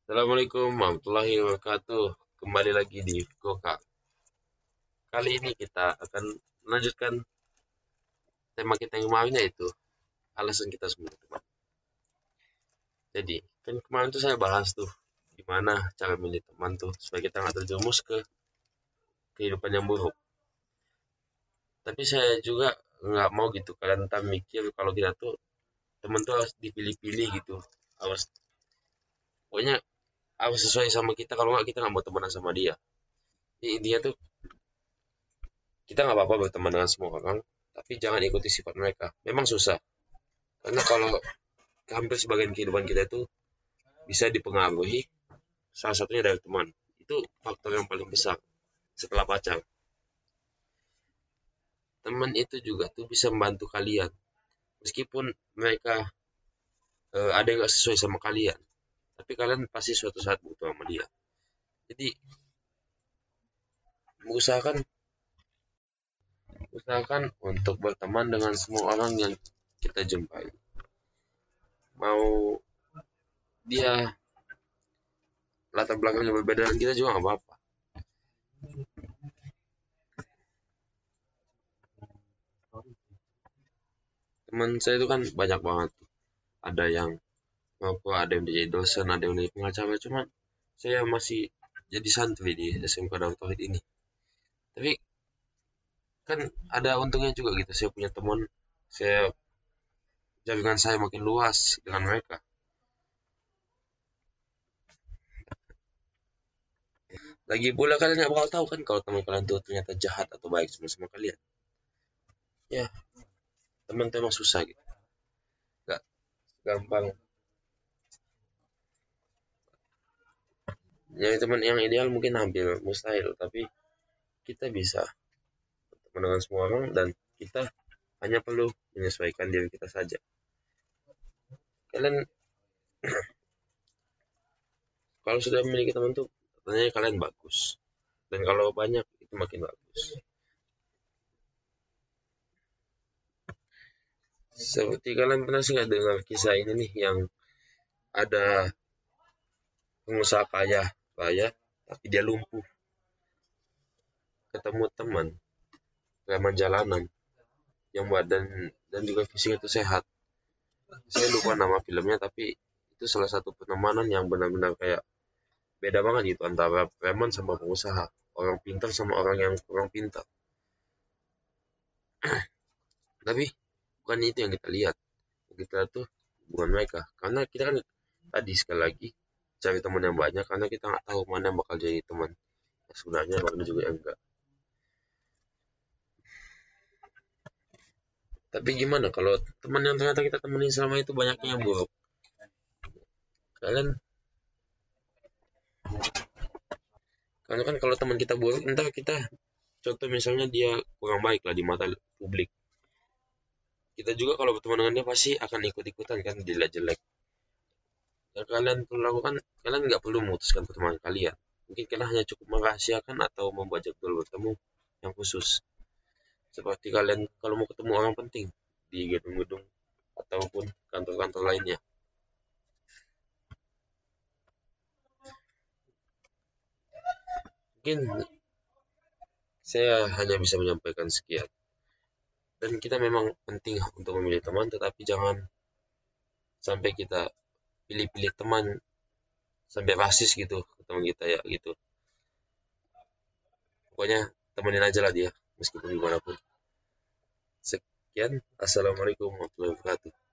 Assalamualaikum warahmatullahi wabarakatuh. Kembali lagi di Goka. Kali ini kita akan melanjutkan tema kita yang kemarin, yaitu alasan kita semua teman. Jadi, kan kemarin tuh saya bahas tuh gimana cara milih teman tuh supaya kita nggak terjerumus ke kehidupan yang buruk. Tapi saya juga nggak mau gitu kalian tak mikir kalau kita tuh teman tuh harus dipilih-pilih gitu. Harus pokoknya harus sesuai sama kita, kalau nggak kita nggak mau temenan sama dia. Jadi intinya tuh kita nggak apa-apa berteman dengan semua orang, tapi jangan ikuti sifat mereka. Memang susah, karena kalau hampir sebagian kehidupan kita itu bisa dipengaruhi salah satunya dari teman. Itu faktor yang paling besar setelah pacar. Teman itu juga tuh bisa membantu kalian, meskipun mereka ada yang nggak sesuai sama kalian, tapi kalian pasti suatu saat butuh sama dia. Jadi usahakan usahakan untuk berteman dengan semua orang yang kita jumpai. Mau dia latar belakangnya berbeda dengan kita juga nggak apa-apa. Teman saya itu kan banyak banget, ada yang ngaku, ada yang jadi dosen, ada yang jadi pengacara. Cuman saya masih jadi santri di SMK Darut Tauhid ini. Tapi kan ada untungnya juga gitu, saya punya teman, saya jaringan saya makin luas dengan mereka. Lagi pula kalian nggak bakal tahu kan kalau teman kalian tuh ternyata jahat atau baik sama kalian. Ya, teman tuh emang susah gitu, nggak gampang. Jadi teman yang ideal mungkin hampir mustahil, tapi kita bisa berteman dengan semua orang, dan kita hanya perlu menyesuaikan diri kita saja. Kalian kalau sudah memiliki teman tuh ternyata kalian bagus, dan kalau banyak itu makin bagus. Seperti kalian pernah sih nggak dengar kisah ini nih, yang ada pengusaha kaya raya tapi dia lumpuh, ketemu teman preman jalanan yang badan dan juga fisik itu sehat. Saya lupa nama filmnya, tapi itu salah satu penemanan yang benar-benar kayak beda banget gitu antara preman sama pengusaha, orang pintar sama orang yang kurang pintar. Tapi bukan itu yang kita lihat. Kita tuh bukan mereka, karena kita kan tadi sekali lagi cari teman yang banyak, karena kita nggak tahu mana yang bakal jadi teman yang sebenarnya, mana juga yang enggak. Tapi gimana kalau teman yang ternyata kita temenin selama itu banyaknya yang buruk? Kalian, karena kan kalau teman kita buruk, entar kita, contoh misalnya dia kurang baik lah di mata publik, kita juga kalau berteman dengan dia pasti akan ikut-ikutan kan dilihat jelek. Yang kalian perlu lakukan, kalian nggak perlu memutuskan pertemanan kalian. Mungkin kalian hanya cukup merahasiakan atau membuat jadwal bertemu yang khusus. Seperti kalian kalau mau ketemu orang penting di gedung-gedung ataupun kantor-kantor lainnya. Mungkin saya hanya bisa menyampaikan sekian. Dan kita memang penting untuk memilih teman, tetapi jangan sampai kita pilih-pilih teman sampai rasis gitu ke teman kita ya gitu. Pokoknya temenin aja lah dia meskipun gimana pun. Sekian, assalamualaikum warahmatullahi wabarakatuh.